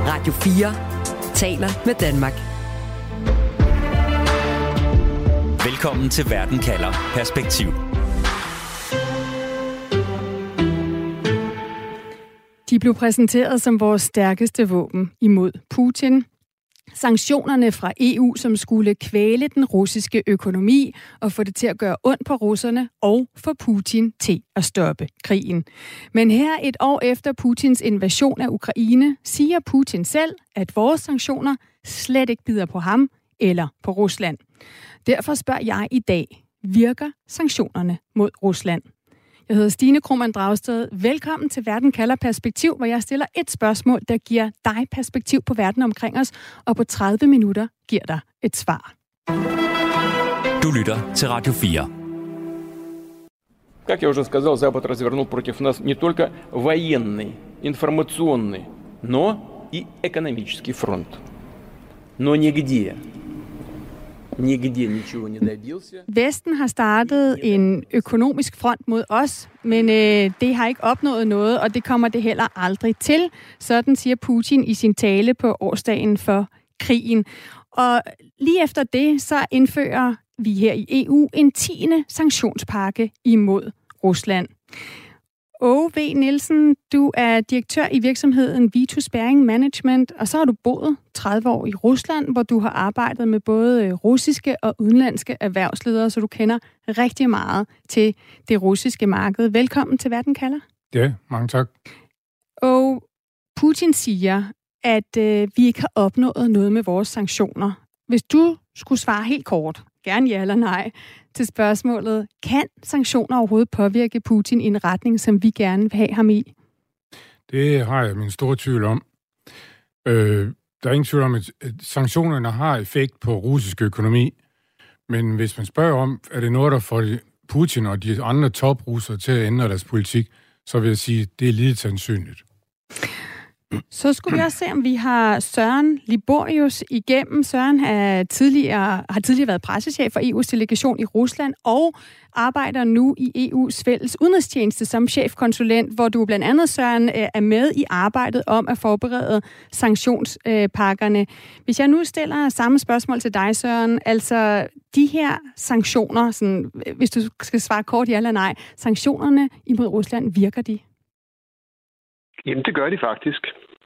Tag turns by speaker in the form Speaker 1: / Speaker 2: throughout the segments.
Speaker 1: Radio 4 taler med Danmark.
Speaker 2: Velkommen til Verden kalder Perspektiv.
Speaker 3: De blev præsenteret som vores stærkeste våben imod Putin. Sanktionerne fra EU, som skulle kvæle den russiske økonomi og få det til at gøre ondt på russerne og få Putin til at stoppe krigen. Men her et år efter Putins invasion af Ukraine, siger Putin selv, at vores sanktioner slet ikke bider på ham eller på Rusland. Derfor spørger jeg i dag, virker sanktionerne mod Rusland? Jeg hedder Stine Krohmann Dragsted. Velkommen til Verden kalder Perspektiv, hvor jeg stiller et spørgsmål, der giver dig perspektiv på verden omkring os, og på 30 minutter giver dig et svar.
Speaker 2: Du lytter til Radio 4.
Speaker 4: Как я уже сказал, Запад развернул против нас не только военный, информационный, но и экономический фронт. Но нигде ничего не добился.
Speaker 3: Vesten har startet en økonomisk front mod os, men det har ikke opnået noget, og det kommer det heller aldrig til. Sådan siger Putin i sin tale på årsdagen for krigen. Og lige efter det, så indfører vi her i EU en 10. sanktionspakke imod Rusland. Åge V. Nielsen, du er direktør i virksomheden Vitus Bearing Management, og så har du boet 30 år i Rusland, hvor du har arbejdet med både russiske og udenlandske erhvervsledere, så du kender rigtig meget til det russiske marked. Velkommen til Verden kalder.
Speaker 5: Ja, mange tak.
Speaker 3: Og Putin siger, at vi ikke har opnået noget med vores sanktioner. Hvis du skulle svare helt kort, gerne ja eller nej, til spørgsmålet, kan sanktioner overhovedet påvirke Putin i en retning, som vi gerne vil have ham i?
Speaker 5: Det har jeg min store tvivl om. Der er ingen tvivl om, at sanktionerne har effekt på russisk økonomi. Men hvis man spørger om, er det noget, der får Putin og de andre toprussere til at ændre deres politik, så vil jeg sige, at det er lidt sandsynligt.
Speaker 3: Så skulle vi også se, om vi har Søren Liborius igennem. Søren har tidligere været pressechef for EU's delegation i Rusland og arbejder nu i EU's fælles udenrigstjeneste som chefkonsulent, hvor du blandt andet, Søren, er med i arbejdet om at forberede sanktionspakkerne. Hvis jeg nu stiller samme spørgsmål til dig, Søren, altså de her sanktioner, sådan, hvis du skal svare kort ja eller nej, sanktionerne imod Rusland, virker de?
Speaker 6: Jamen, det gør de faktisk.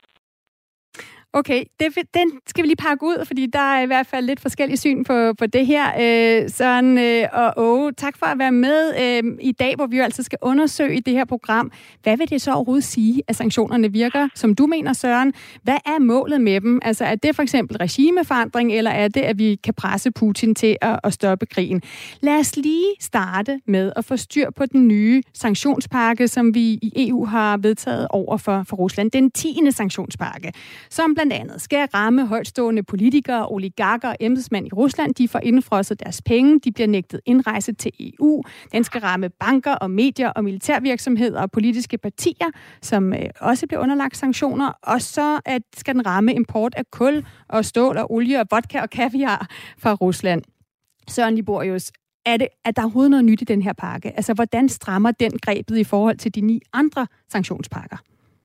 Speaker 3: Okay, den skal vi lige pakke ud, fordi der er i hvert fald lidt forskellige syn på det her. Søren og Åge, tak for at være med i dag, hvor vi jo altså skal undersøge i det her program. Hvad vil det så overhovedet sige, at sanktionerne virker, som du mener, Søren? Hvad er målet med dem? Altså, er det for eksempel regimeforandring, eller er det, at vi kan presse Putin til at stoppe krigen? Lad os lige starte med at få styr på den nye sanktionspakke, som vi i EU har vedtaget over for Rusland. Den 10. sanktionspakke, som blandt andet skal ramme højtstående politikere, oligarker og embedsmænd i Rusland. De får indfrosset deres penge, de bliver nægtet indrejse til EU. Den skal ramme banker og medier og militærvirksomheder og politiske partier, som også bliver underlagt sanktioner. Og så skal den ramme import af kul og stål og olie og vodka og kaviar fra Rusland. Søren Liborius, er der overhovedet noget nyt i den her pakke? Altså, hvordan strammer den grebet i forhold til de 9 andre sanktionspakker?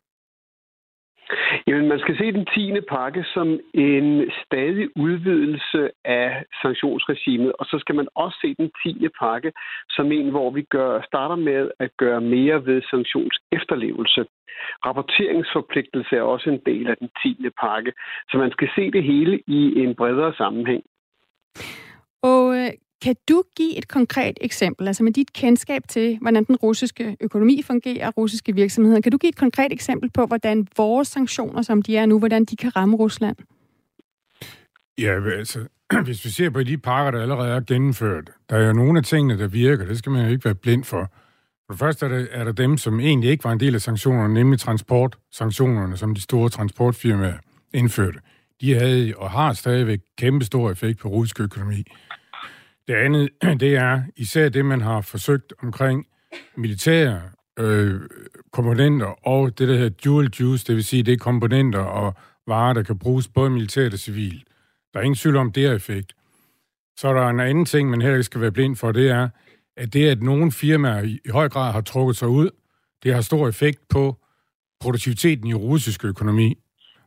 Speaker 6: Jamen, man skal se den 10. pakke som en stadig udvidelse af sanktionsregimet, og så skal man også se den 10. pakke som en, hvor vi starter med at gøre mere ved sanktionsefterlevelse. Rapporteringsforpligtelse er også en del af den 10. pakke, så man skal se det hele i en bredere sammenhæng.
Speaker 3: Og kan du give et konkret eksempel, altså med dit kendskab til, hvordan den russiske økonomi fungerer, russiske virksomheder, kan du give et konkret eksempel på, hvordan vores sanktioner, som de er nu, hvordan de kan ramme Rusland?
Speaker 5: Ja, altså, hvis vi ser på de pakker, der allerede er gennemført, der er jo nogle af tingene, der virker, det skal man jo ikke være blind for. For det første er der dem, som egentlig ikke var en del af sanktionerne, nemlig transportsanktionerne, som de store transportfirmaer indførte. De havde og har stadigvæk kæmpestor effekt på russisk økonomi. Det andet, det er især det, man har forsøgt omkring militære komponenter og det, der hedder dual use, det vil sige, det er komponenter og varer, der kan bruges både militært og civilt. Der er ingen tvivl om, det er effekt. Så er der en anden ting, man heller ikke skal være blind for, det er, at nogle firmaer i høj grad har trukket sig ud, det har stor effekt på produktiviteten i russisk økonomi.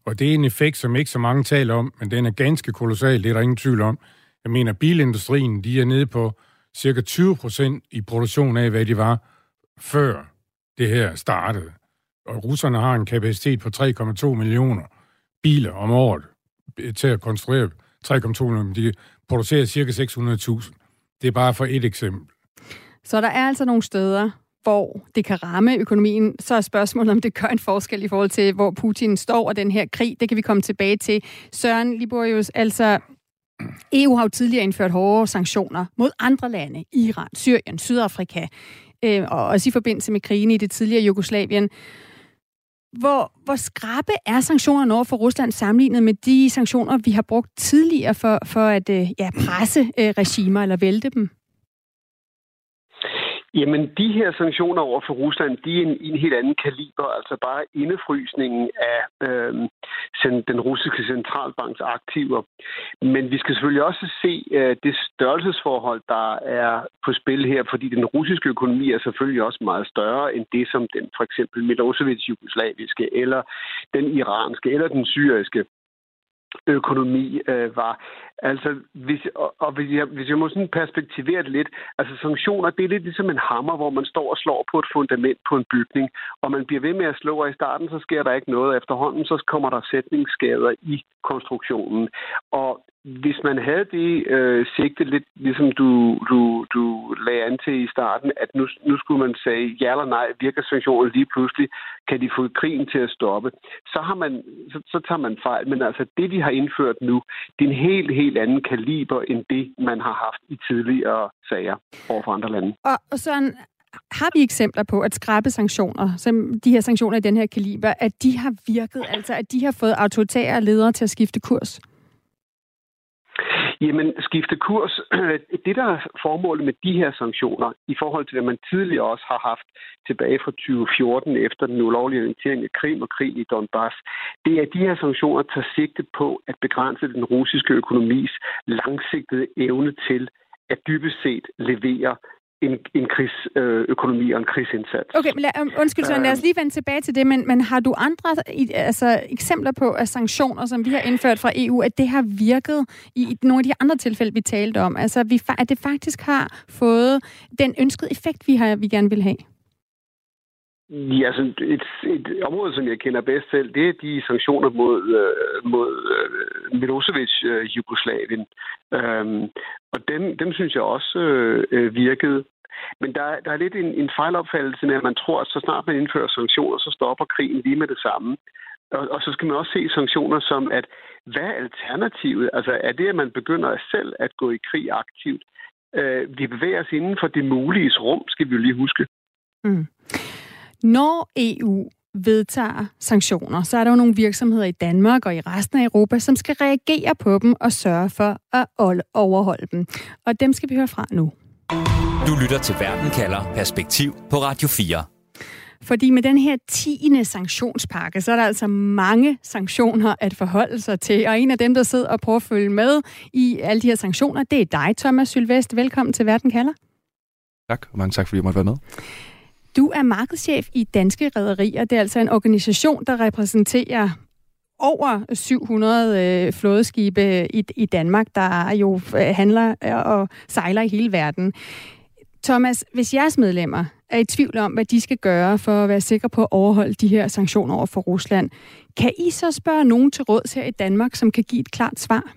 Speaker 5: Og det er en effekt, som ikke så mange taler om, men den er ganske kolossal, det er der ingen tvivl om. Jeg mener, bilindustrien, de er nede på cirka 20% i produktion af, hvad de var før det her startede. Og russerne har en kapacitet på 3,2 millioner biler om året til at konstruere 3,2 millioner. De producerer cirka 600.000. Det er bare for et eksempel.
Speaker 3: Så der er altså nogle steder, hvor det kan ramme økonomien. Så er spørgsmålet, om det gør en forskel i forhold til, hvor Putin står og den her krig. Det kan vi komme tilbage til. Søren Liborius, altså EU har jo tidligere indført hårde sanktioner mod andre lande. Iran, Syrien, Sydafrika, og også i forbindelse med krigen i det tidligere Jugoslavien. Hvor skrappe er sanktionerne over for Rusland sammenlignet med de sanktioner, vi har brugt tidligere for at presse regimer eller vælte dem?
Speaker 6: Jamen, de her sanktioner over for Rusland, de er en helt anden kaliber. Altså bare indefrysningen af den russiske centralbanks aktiver. Men vi skal selvfølgelig også se det størrelsesforhold, der er på spil her, fordi den russiske økonomi er selvfølgelig også meget større end det, som den for eksempel Milosevic-jugoslaviske, eller den iranske, eller den syriske økonomi var. Altså, hvis jeg må sådan perspektivere det lidt, altså sanktioner, det er lidt ligesom en hammer, hvor man står og slår på et fundament på en bygning, og man bliver ved med at slå, og i starten så sker der ikke noget. Efterhånden så kommer der sætningsskader i konstruktionen. Og hvis man havde det sigte lidt, ligesom du lagde an til i starten, at nu skulle man sige ja eller nej, virker sanktioner lige pludselig, kan de få krigen til at stoppe, så tager man fejl. Men altså det, de har indført nu, det er en helt anden kaliber end det, man har haft i tidligere sager over for andre lande.
Speaker 3: Og sådan har vi eksempler på, at skrappe sanktioner, som de her sanktioner i den her kaliber, at de har virket, altså at de har fået autoritære ledere til at skifte kurs?
Speaker 6: Jamen, skifte kurs, det der er formålet med de her sanktioner, i forhold til hvad man tidligere også har haft tilbage fra 2014 efter den ulovlige annektering af Krim og krig i Donbass, det er, at de her sanktioner tager sigte på at begrænse den russiske økonomis langsigtede evne til at dybest set levere en krigsøkonomi og en krigsindsats.
Speaker 3: Okay, men undskyld, så lad os lige vende tilbage til det, men har du andre eksempler på at sanktioner, som vi har indført fra EU, at det har virket i nogle af de andre tilfælde, vi talte om? Altså, at det faktisk har fået den ønskede effekt, vi gerne vil have?
Speaker 6: Ja, altså et område, som jeg kender bedst selv, det er de sanktioner mod Milosevic-Jugoslavien. Og dem synes jeg også virkede. Men der er lidt en fejlopfattelse, at man tror, at så snart man indfører sanktioner, så stopper krigen lige med det samme. Og så skal man også se sanktioner som, at hvad er alternativet? Altså er det, at man begynder selv at gå i krig aktivt? Vi bevæger os inden for det muliges rum, skal vi jo lige huske.
Speaker 3: Mm. Når EU vedtager sanktioner, så er der jo nogle virksomheder i Danmark og i resten af Europa, som skal reagere på dem og sørge for at overholde dem. Og dem skal vi høre fra nu.
Speaker 2: Du lytter til Verden kalder Perspektiv på Radio 4.
Speaker 3: Fordi med den her 10. sanktionspakke, så er der altså mange sanktioner at forholde sig til. Og en af dem, der sidder og prøver at følge med i alle de her sanktioner, det er dig, Thomas Sylvest. Velkommen til Verden kalder.
Speaker 7: Tak, og mange tak, fordi jeg måtte være med.
Speaker 3: Du er markedschef i Danske Rederier. Det er altså en organisation, der repræsenterer over 700 flådeskibe i Danmark, der jo handler og sejler i hele verden. Thomas, hvis jeres medlemmer er i tvivl om, hvad de skal gøre for at være sikre på at overholde de her sanktioner over for Rusland, kan I så spørge nogen til råds her i Danmark, som kan give et klart svar?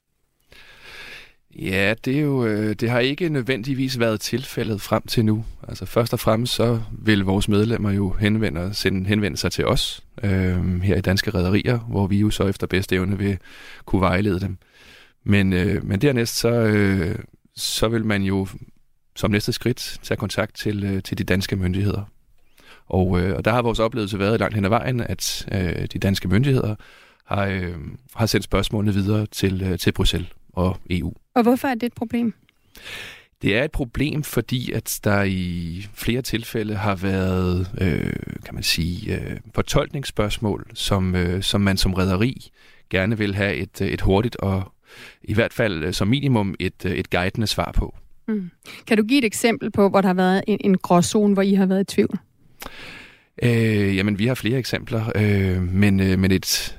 Speaker 7: Ja, det har ikke nødvendigvis været tilfældet frem til nu. Altså først og fremmest så vil vores medlemmer jo henvende sig til os her i Danske Rederier, hvor vi jo så efter bedste evne vil kunne vejlede dem. Men dernæst så vil man jo som næste skridt tage kontakt til de danske myndigheder. Og der har vores oplevelse været langt hen ad vejen, at de danske myndigheder har sendt spørgsmålene videre til Bruxelles og EU. Og
Speaker 3: hvorfor er det et problem?
Speaker 7: Det er et problem, fordi at der i flere tilfælde har været, kan man sige, fortolkningsspørgsmål, som man som rederi gerne vil have et hurtigt og i hvert fald som minimum et guidende svar på.
Speaker 3: Mm. Kan du give et eksempel på, hvor der har været en gråzone, hvor I har været i tvivl?
Speaker 7: Jamen, vi har flere eksempler, men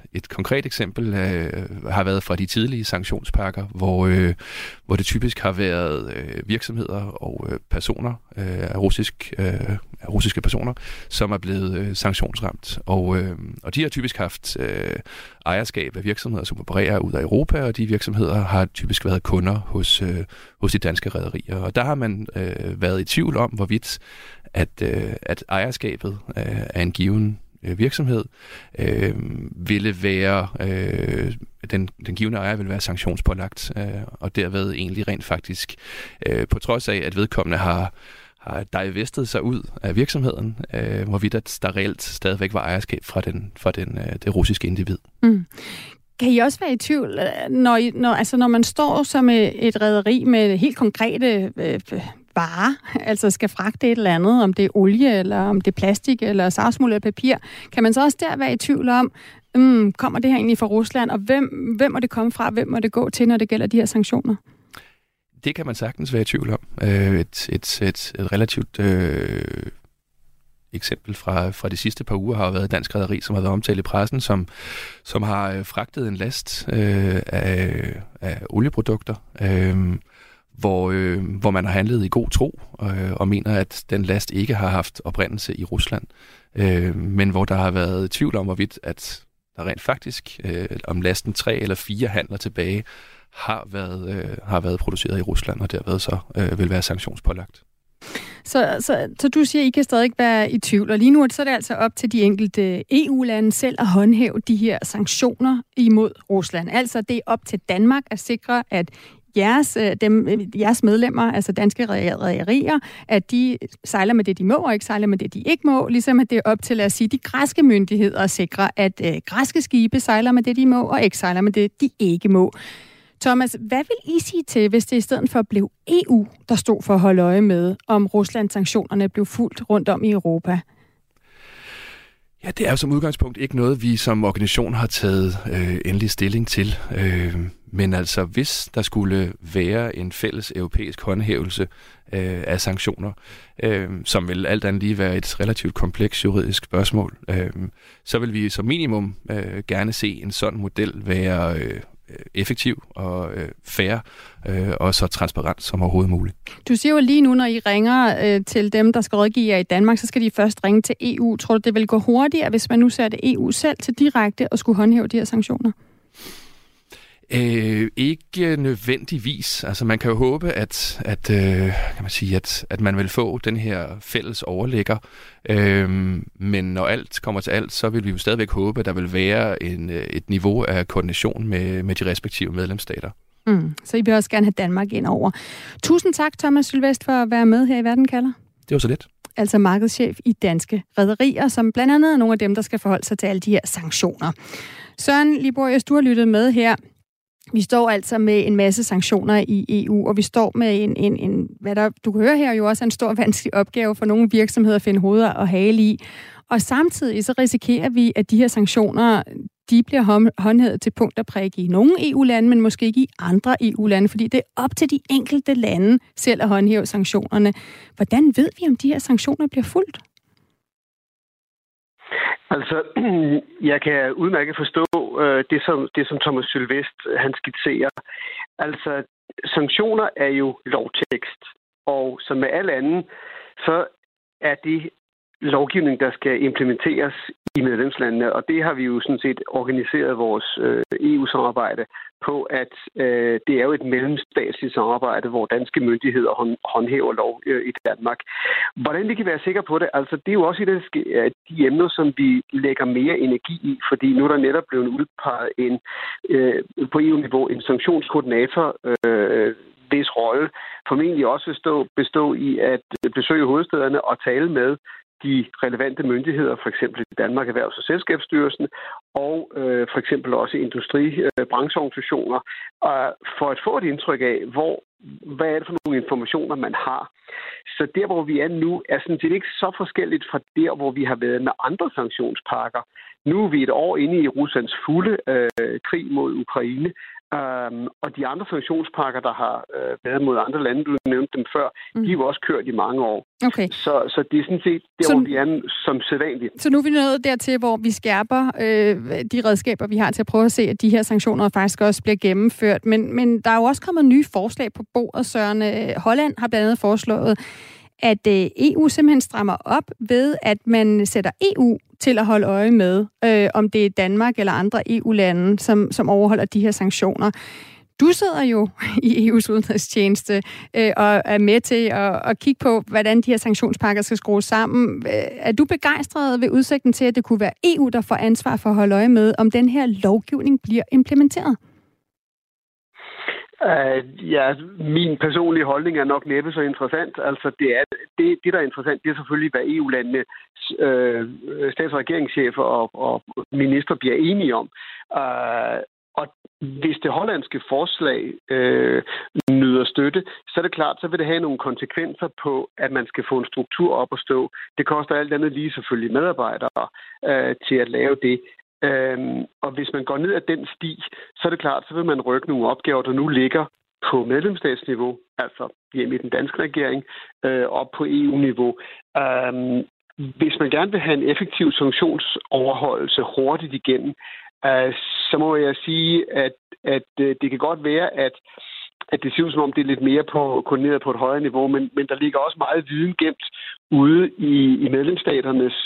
Speaker 7: et konkret eksempel har været fra de tidlige sanktionspakker, hvor det typisk har været virksomheder og personer af russiske personer, som er blevet sanktionsramt. Og de har typisk haft ejerskab af virksomheder, som opererer ud af Europa, og de virksomheder har typisk været kunder hos de danske rederier. Og der har man været i tvivl om, hvorvidt at ejerskabet af en given virksomhed ville være den givne ejer vil være sanktionspålagt, og derved egentlig rent faktisk på trods af, at vedkommende har divestet sig ud af virksomheden, hvorvidt at der reelt stadigvæk var ejerskab fra det russiske individ. Mm.
Speaker 3: Kan I også være i tvivl, når man står som et rederi med helt konkrete varer, altså skal fragte et eller andet, om det er olie, eller om det er plastik, eller savsmuld eller papir, kan man så også der være i tvivl om, kommer det her egentlig fra Rusland, og hvem må det komme fra, hvem må det gå til, når det gælder de her sanktioner?
Speaker 7: Det kan man sagtens være i tvivl om. Et relativt eksempel fra de sidste par uger har været et dansk rederi, som har været omtalt i pressen, som har fragtet en last af olieprodukter, hvor man har handlet i god tro og mener, at den last ikke har haft oprindelse i Rusland, men hvor der har været tvivl om, hvorvidt at der rent faktisk om lasten 3 eller 4 handler tilbage har været produceret i Rusland, og derved så vil være sanktionspålagt.
Speaker 3: Så du siger, at I kan stadig være i tvivl, og lige nu så er det altså op til de enkelte EU-lande selv at håndhæve de her sanktioner imod Rusland. Altså det er op til Danmark at sikre, at jeres medlemmer, altså danske rederier, at de sejler med det, de må, og ikke sejler med det, de ikke må. Ligesom at det er op til at sige de græske myndigheder at sikre, at græske skibe sejler med det, de må, og ikke sejler med det, de ikke må. Thomas, hvad vil I sige til, hvis det i stedet for blev EU, der stod for at holde øje med, om Ruslands sanktionerne blev fulgt rundt om i Europa?
Speaker 7: Ja, det er jo som udgangspunkt ikke noget, vi som organisation har taget endelig stilling til. Men altså, hvis der skulle være en fælles europæisk håndhævelse af sanktioner, som vil alt andet lige være et relativt komplekst juridisk spørgsmål, så vil vi som minimum gerne se en sådan model være effektiv og fair og så transparent som overhovedet muligt.
Speaker 3: Du siger jo lige nu, når I ringer til dem, der skal rådgive jer i Danmark, så skal de først ringe til EU. Tror du, det vil gå hurtigere, hvis man nu sætter EU selv til direkte at skulle håndhæve de her sanktioner?
Speaker 7: Ikke nødvendigvis. Altså man kan jo håbe, at man vil få den her fælles overlægger. Men når alt kommer til alt, så vil vi jo stadigvæk håbe, at der vil være et niveau af koordination med de respektive medlemsstater.
Speaker 3: Så I vil også gerne have Danmark ind over. Tusind tak, Thomas Sylvest, for at være med her i Verden kalder.
Speaker 7: Det var så lidt.
Speaker 3: Altså markedschef i Danske Rederier, som blandt andet er nogle af dem, der skal forholde sig til alle de her sanktioner. Søren Liborius, du har lyttet med her. Vi står altså med en masse sanktioner i EU, og vi står med hvad der, du kan høre her, jo også en stor vanskelig opgave for nogle virksomheder at finde hoveder og hale i. Og samtidig så risikerer vi, at de her sanktioner, de bliver håndhævet til punkt og prik i nogle EU-lande, men måske ikke i andre EU-lande, fordi det er op til de enkelte lande selv at håndhæve sanktionerne. Hvordan ved vi, om de her sanktioner bliver fulgt?
Speaker 6: Altså, jeg kan udmærket forstå det, som Thomas Sylvest han skitserer. Altså, sanktioner er jo lovtekst, og som med alle anden, så er det lovgivning, der skal implementeres i medlemslandene, og det har vi jo sådan set organiseret vores EU-samarbejde på, at det er jo et mellemstatsligt samarbejde, hvor danske myndigheder håndhæver lov i Danmark. Hvordan vi kan være sikre på det, altså det er jo også et af de emner, som vi lægger mere energi i, fordi nu er der netop blevet udpeget på EU-niveau en sanktionskoordinator, hvis rolle formentlig også vil bestå i at besøge hovedstæderne og tale med de relevante myndigheder, for eksempel Danmark Erhvervs- og Selskabsstyrelsen, og for eksempel også brancheorganisationer, for at få et indtryk af, hvad er det for nogle informationer, man har. Så der, hvor vi er nu, er sådan set ikke så forskelligt fra der, hvor vi har været med andre sanktionspakker. Nu er vi et år inde i Ruslands fulde krig mod Ukraine, Og de andre sanktionspakker, der har været mod andre lande, du nævnte dem før, de er jo også kørt i mange år.
Speaker 3: Okay.
Speaker 6: Så det er sådan set der, hvor vi er som sædvanligt.
Speaker 3: Så nu er vi nået dertil, hvor vi skærper de redskaber, vi har til at prøve at se, at de her sanktioner faktisk også bliver gennemført. Men der er jo også kommet nye forslag på bordet, Søren. Holland har blandt andet foreslået, at EU simpelthen strammer op ved, at man sætter EU til at holde øje med, om det er Danmark eller andre EU-lande, som overholder de her sanktioner. Du sidder jo i EU's udenrigstjeneste og er med til at kigge på, hvordan de her sanktionspakker skal skrues sammen. Er du begejstret ved udsigten til, at det kunne være EU, der får ansvar for at holde øje med, om den her lovgivning bliver implementeret?
Speaker 6: Min personlige holdning er nok næppe så interessant. Altså, det der er interessant, det er selvfølgelig, hvad EU-landene, stats- og regeringschefer og minister bliver enige om. Og hvis det hollandske forslag nyder støtte, så er det klart, så vil det have nogle konsekvenser på, at man skal få en struktur op at stå. Det koster alt andet lige selvfølgelig medarbejdere til at lave det. Og hvis man går ned ad den sti, så er det klart, så vil man rykke nogle opgaver, der nu ligger på medlemsstatsniveau, altså hjemme i den danske regering, op på EU-niveau. Hvis man gerne vil have en effektiv sanktionsoverholdelse hurtigt igennem, så må jeg sige, at det kan godt være, at det ser ud som om, det er lidt mere koordineret på et højere niveau, men der ligger også meget viden gemt ude i medlemsstaternes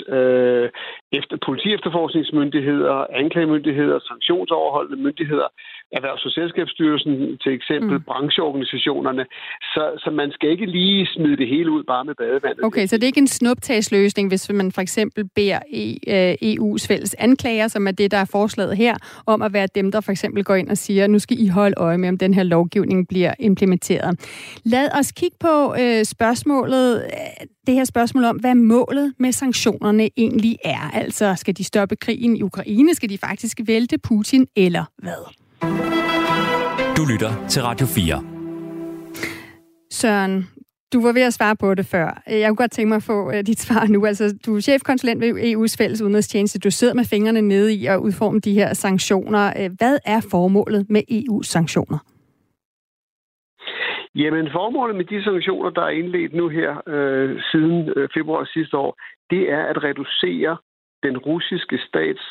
Speaker 6: politiefterforskningsmyndigheder, anklagemyndigheder, sanktionsoverholdende myndigheder, Erhvervs- og Selskabsstyrelsen til eksempel, brancheorganisationerne. Så man skal ikke lige smide det hele ud bare med badevandet.
Speaker 3: Okay, så det er ikke en snuptagsløsning, hvis man for eksempel beder EU's fælles anklager, som er det, der er forslaget her, om at være dem, der for eksempel går ind og siger, nu skal I holde øje med, om den her lovgivning bliver implementeret. Lad os kigge på det her spørgsmål om, hvad målet med sanktionerne egentlig er. Altså, skal de stoppe krigen i Ukraine? Skal de faktisk vælte Putin, eller hvad?
Speaker 2: Du lytter til Radio 4.
Speaker 3: Søren, du var ved at svare på det før. Jeg kunne godt tænke mig at få dit svar nu. Altså, du er chefkonsulent ved EU's fælles udenrigstjeneste. Du sidder med fingrene nede i at udforme de her sanktioner. Hvad er formålet med EU's sanktioner?
Speaker 6: Jamen, formålet med de sanktioner, der er indledt nu her siden februar sidste år, det er at reducere den russiske stats,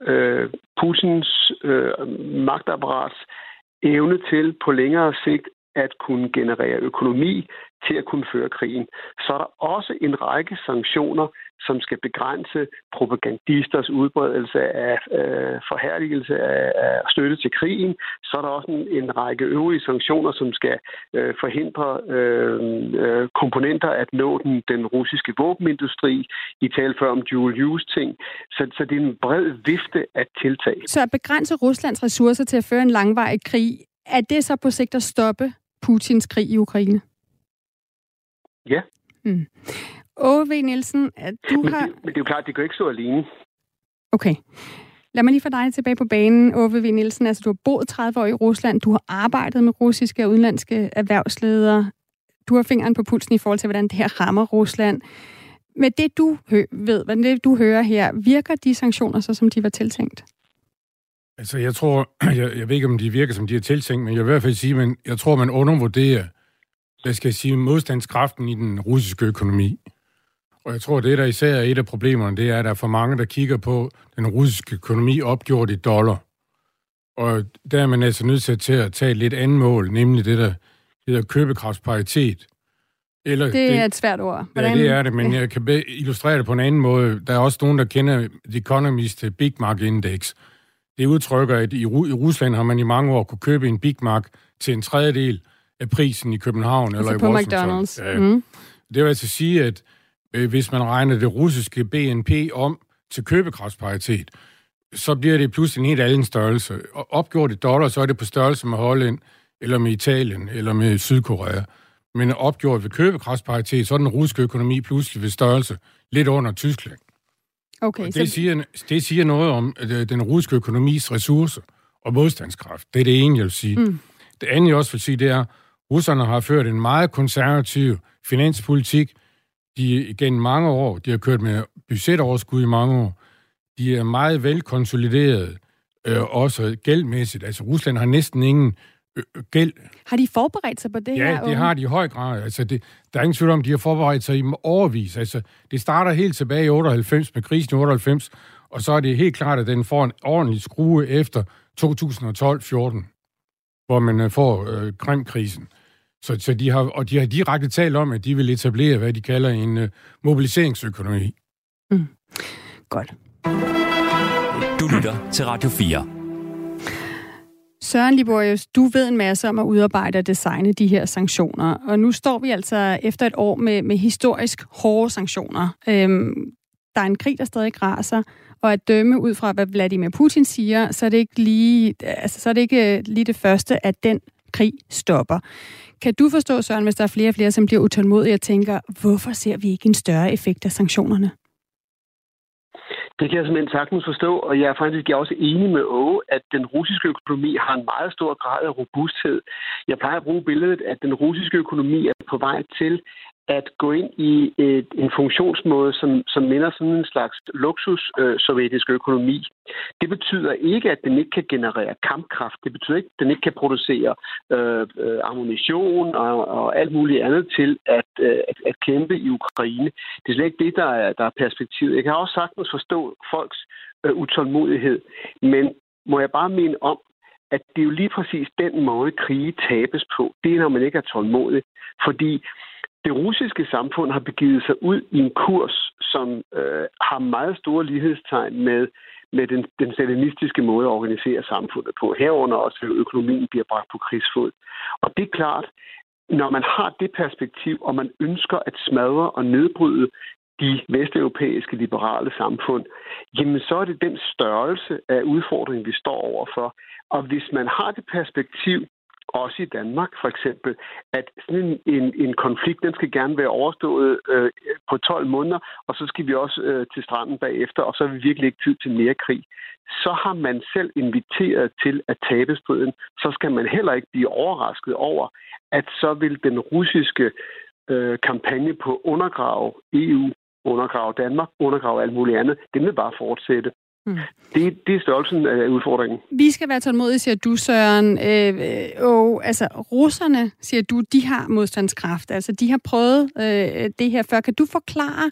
Speaker 6: Putins magtapparats evne til på længere sigt at kunne generere økonomi til at kunne føre krigen. Så er der også en række sanktioner, som skal begrænse propagandisters udbredelse af forherligelse af støtte til krigen. Så er der også en række øvrige sanktioner, som skal forhindre komponenter at nå den russiske våbenindustri. I talte før om dual-use-ting. Så det er en bred vifte af tiltag.
Speaker 3: Så at begrænse Ruslands ressourcer til at føre en langvarig krig, er det så på sigt at stoppe Putins krig i Ukraine?
Speaker 6: Ja.
Speaker 3: Åge V. Nielsen, du har...
Speaker 6: Men det er jo klart, det kan ikke stå alene.
Speaker 3: Okay. Lad mig lige få dig tilbage på banen, Åge V. Nielsen. Altså, du har boet 30 år i Rusland. Du har arbejdet med russiske og udenlandske erhvervsledere. Du har fingeren på pulsen i forhold til, hvordan det her rammer Rusland. Med det, du ved, hvad det, du hører her, virker de sanktioner så, som de var tiltænkt?
Speaker 5: Altså, jeg tror, jeg ved ikke, om de virker, som de er tiltænkt, men jeg vil i hvert fald sige, at jeg tror, man undervurderer, modstandskraften i den russiske økonomi. Og jeg tror, det der især er et af problemerne, det er, at der er for mange, der kigger på den russiske økonomi opgjort i dollar. Og der er man altså nødt til at tage et lidt andet mål, nemlig det der hedder købekraftsparitet. Eller
Speaker 3: det er et svært ord.
Speaker 5: Ja, det er det, men jeg kan illustrere det på en anden måde. Der er også nogen, der kender The Economist Big Mac Index. Det udtrykker, at i Rusland har man i mange år kunne købe en Big Mac til en tredjedel af prisen i København
Speaker 3: altså
Speaker 5: eller i Washington.
Speaker 3: på McDonald's.
Speaker 5: Ja. Det vil altså sige, at hvis man regner det russiske BNP om til købekraftsparitet, så bliver det pludselig en helt anden størrelse. Og opgjort i dollar, så er det på størrelse med Holland, eller med Italien, eller med Sydkorea. Men opgjort ved købekraftsparitet, så er den russiske økonomi pludselig ved størrelse lidt under Tyskland.
Speaker 3: Okay,
Speaker 5: det siger noget om den russiske økonomis ressourcer og modstandskraft. Det er det ene, jeg vil sige. Det andet, jeg også vil sige, det er, at russerne har ført en meget konservativ finanspolitik. De igennem mange år, de har kørt med budgetoverskud i mange år. De er meget velkonsoliderede også gældmæssigt. Altså Rusland har næsten ingen gæld.
Speaker 3: Har de forberedt sig på det her?
Speaker 5: Ja, det har de i høj grad. Altså, der er ingen tvivl om, de har forberedt sig i årevis. Altså, det starter helt tilbage i 98 med krisen i 98, og så er det helt klart, at den får en ordentlig skrue efter 2012-14, hvor man får Krimkrisen. Så de har direkte talt om, at de vil etablere, hvad de kalder en mobiliseringsøkonomi.
Speaker 3: Godt.
Speaker 2: Du lytter til Radio 4.
Speaker 3: Søren Liborius, du ved en masse om at udarbejde og designe de her sanktioner, og nu står vi altså efter et år med historisk hårde sanktioner. Der er en krig, der stadig raser, og at dømme ud fra, hvad Vladimir Putin siger, så er det ikke lige det første, at den krig stopper. Kan du forstå, Søren, hvis der er flere og flere, som bliver utålmodige og tænker, hvorfor ser vi ikke en større effekt af sanktionerne?
Speaker 6: Det kan jeg simpelthen sagtens forstå, og jeg er faktisk også enig med Åge, at den russiske økonomi har en meget stor grad af robusthed. Jeg plejer at bruge billedet, at den russiske økonomi er på vej til at gå ind i en funktionsmåde, som minder sådan en slags luksus-sovjetisk økonomi. Det betyder ikke, at den ikke kan generere kampkraft. Det betyder ikke, at den ikke kan producere ammunition og alt muligt andet til at kæmpe i Ukraine. Det er slet ikke det, der er perspektivet. Jeg kan også sagtens forstå folks utålmodighed, men må jeg bare minde om, at det er jo lige præcis den måde, krige tabes på. Det er, når man ikke er tålmodig. Fordi det russiske samfund har begivet sig ud i en kurs, som har meget store lighedstegn med den stalinistiske måde at organisere samfundet på. Herunder også, at økonomien bliver bragt på krigsfod. Og det er klart, når man har det perspektiv, og man ønsker at smadre og nedbryde de vesteuropæiske liberale samfund, jamen så er det den størrelse af udfordring, vi står overfor. Og hvis man har det perspektiv, også i Danmark for eksempel, at sådan en konflikt, den skal gerne være overstået på 12 måneder, og så skal vi også til stranden bagefter, og så er vi virkelig ikke tid til mere krig. Så har man selv inviteret til at tabe striden, så skal man heller ikke blive overrasket over, at så vil den russiske kampagne på undergrave EU, undergrave Danmark, undergrave alt muligt andet, den vil bare fortsætte. Det er størrelsen af udfordringen.
Speaker 3: Vi skal være tålmodige, siger du, Søren. Altså, russerne, siger du, de har modstandskraft. Altså, de har prøvet det her før. Kan du forklare,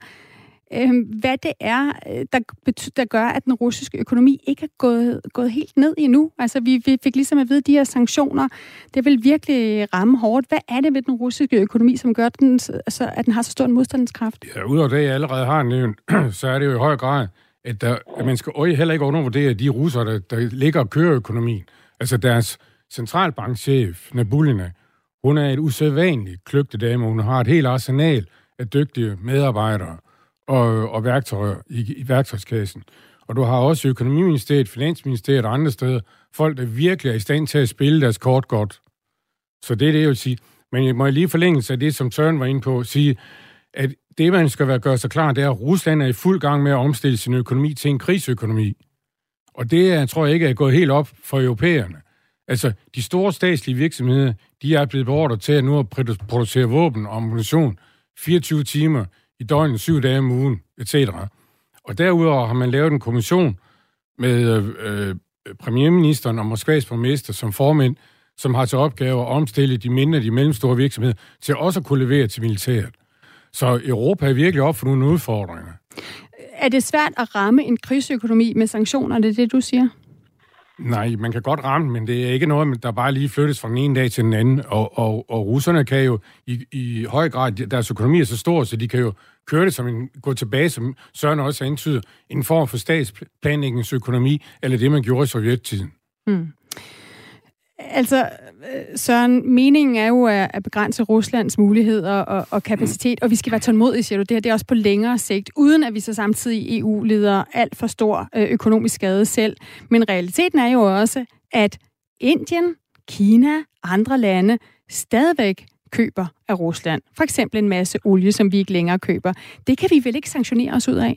Speaker 3: hvad det er, der gør, at den russiske økonomi ikke er gået helt ned endnu? Altså, vi fik ligesom at vide, at de her sanktioner, det vil virkelig ramme hårdt. Hvad er det ved den russiske økonomi, som gør, at den har så stor en modstandskraft?
Speaker 5: Ja, udover det, jeg allerede har nævnt, så er det jo i høj grad, at man skal heller ikke undervurdere de russere, der ligger og kører økonomien. Altså deres centralbankchef, Nabulina, hun er et usædvanligt kløgtig dame, hun har et helt arsenal af dygtige medarbejdere og værktøjer i værktøjskassen. Og du har også Økonomiministeriet, Finansministeriet og andre steder, folk, der virkelig er i stand til at spille deres kort godt. Så det er det, jeg vil sige. Men jeg må lige forlængelse af det, som Søren var inde på, sige, at det, man skal gøre sig klar, det er, at Rusland er i fuld gang med at omstille sin økonomi til en krigsøkonomi. Og det tror jeg ikke er gået helt op for europæerne. Altså, de store statslige virksomheder, de er blevet beordret til at nu at producere våben og ammunition 24 timer i døgnet, 7 dage om ugen, etc. Og derudover har man lavet en kommission med premierministeren og Moskvas borgmester som formænd, som har til opgave at omstille de mindre og de mellemstore virksomheder til også at kunne levere til militæret. Så Europa er virkelig op for nogle udfordringer.
Speaker 3: Er det svært at ramme en krigsøkonomi med sanktioner, det er det, du siger?
Speaker 5: Nej, man kan godt ramme, men det er ikke noget, der bare lige flyttes fra den ene dag til den anden. Og russerne kan jo i høj grad, deres økonomi er så stor, så de kan jo køre det gå tilbage, som Søren også antyder, en form for statsplanlægningsøkonomi, eller det, man gjorde i sovjettiden.
Speaker 3: Altså, Søren, meningen er jo at begrænse Ruslands muligheder og kapacitet, og vi skal være tålmodige, siger du. Det her det er også på længere sigt, uden at vi så samtidig i EU lider alt for stor økonomisk skade selv. Men realiteten er jo også, at Indien, Kina og andre lande stadigvæk køber af Rusland. For eksempel en masse olie, som vi ikke længere køber. Det kan vi vel ikke sanktionere os ud af?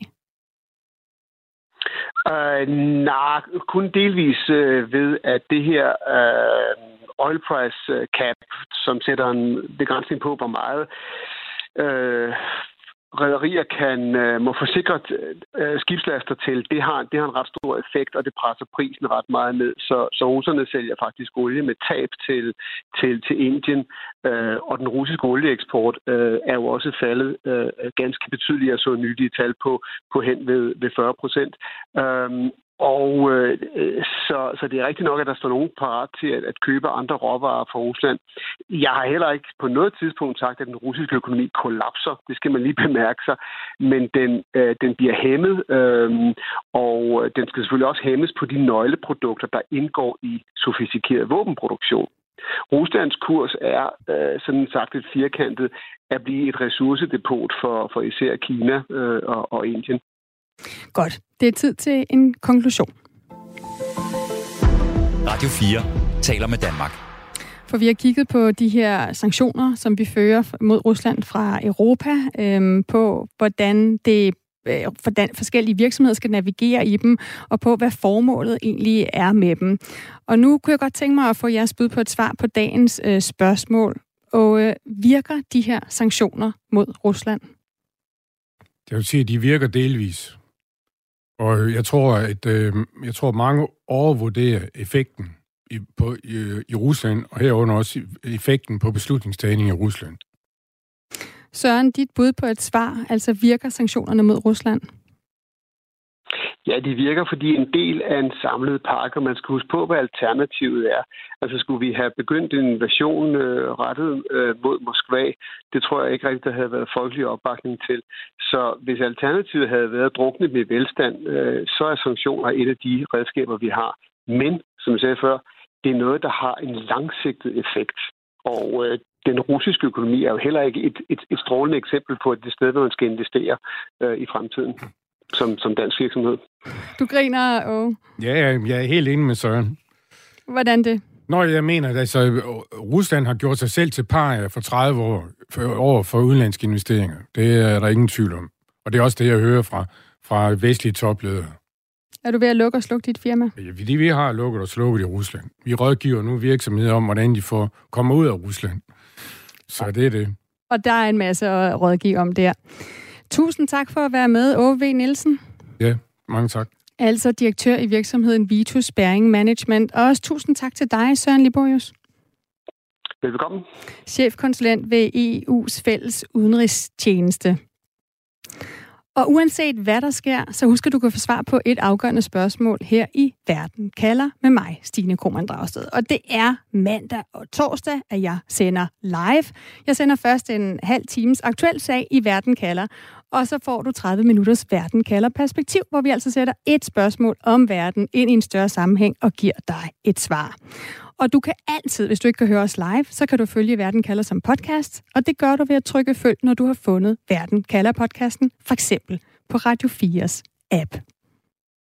Speaker 6: Nej, kun delvis ved, at det her oil price cap, som sætter en begrænsning på, hvor meget rederier må forsikre skibslaster til, det har en ret stor effekt, og det presser prisen ret meget ned. Så russerne sælger faktisk olie med tab til Indien, og den russiske olieeksport er jo også faldet ganske betydeligt. Jeg så nylige tal på hen ved 40%. Så det er rigtigt nok, at der står nogen parat til at købe andre råvarer fra Rusland. Jeg har heller ikke på noget tidspunkt sagt, at den russiske økonomi kollapser. Det skal man lige bemærke sig. Men den bliver hæmmet, og den skal selvfølgelig også hæmmes på de nøgleprodukter, der indgår i sofistikeret våbenproduktion. Ruslands kurs er sådan sagt et firkantet at blive et ressourcedepot for især Kina og Indien.
Speaker 3: Godt. Det er tid til en konklusion.
Speaker 2: Radio 4 taler med Danmark.
Speaker 3: For vi har kigget på de her sanktioner, som vi fører mod Rusland fra Europa, på hvordan forskellige virksomheder skal navigere i dem, og på hvad formålet egentlig er med dem. Og nu kunne jeg godt tænke mig at få jeres bud på et svar på dagens spørgsmål. Og virker de her sanktioner mod Rusland?
Speaker 5: Jeg vil sige, at de virker delvis. Og jeg tror, mange overvurderer effekten i Rusland, og herunder også effekten på beslutningstagning i Rusland.
Speaker 3: Søren, dit bud på et svar, altså virker sanktionerne mod Rusland?
Speaker 6: Ja, de virker, fordi en del af en samlet pakke, og man skal huske på, hvad alternativet er. Altså, skulle vi have begyndt en invasion rettet mod Moskva, det tror jeg ikke rigtigt, der havde været folkelig opbakning til. Så hvis alternativet havde været at drukne med velstand, så er sanktioner et af de redskaber, vi har. Men, som jeg sagde før, det er noget, der har en langsigtet effekt. Og den russiske økonomi er jo heller ikke et strålende eksempel på det sted, hvor man skal investere i fremtiden. Som dansk virksomhed.
Speaker 3: Du griner, og...
Speaker 5: Ja, jeg er helt enig med Søren.
Speaker 3: Hvordan det?
Speaker 5: Jeg mener, at Rusland har gjort sig selv til par for 30 år for udenlandske investeringer. Det er der ingen tvivl om. Og det er også det, jeg hører fra vestlige topledere.
Speaker 3: Er du ved at lukke og slukke dit firma?
Speaker 5: Ja, fordi vi har lukket og slukket i Rusland. Vi rådgiver nu virksomheder om, hvordan de kommer ud af Rusland. Så det er det.
Speaker 3: Og der er en masse at rådgive om der. Tusind tak for at være med, Åge V. Nielsen.
Speaker 5: Ja, mange tak.
Speaker 3: Altså direktør i virksomheden Vitus Bearing Management. Og også tusind tak til dig, Søren Liborius.
Speaker 6: Velkommen.
Speaker 3: Chefkonsulent ved EU's fælles udenrigstjeneste. Og uanset hvad der sker, så husk at du kan få svar på et afgørende spørgsmål her i Verden kalder med mig, Stine Krohmann Dragsted. Og det er mandag og torsdag, at jeg sender live. Jeg sender først en halv times aktuel sag i Verden kalder, og så får du 30 minutters Verden kalder perspektiv, hvor vi altså sætter et spørgsmål om verden ind i en større sammenhæng og giver dig et svar. Og du kan altid, hvis du ikke kan høre os live, så kan du følge Verden kalder som podcast, og det gør du ved at trykke følg, når du har fundet Verden kalder podcasten, for eksempel på Radio 4's app.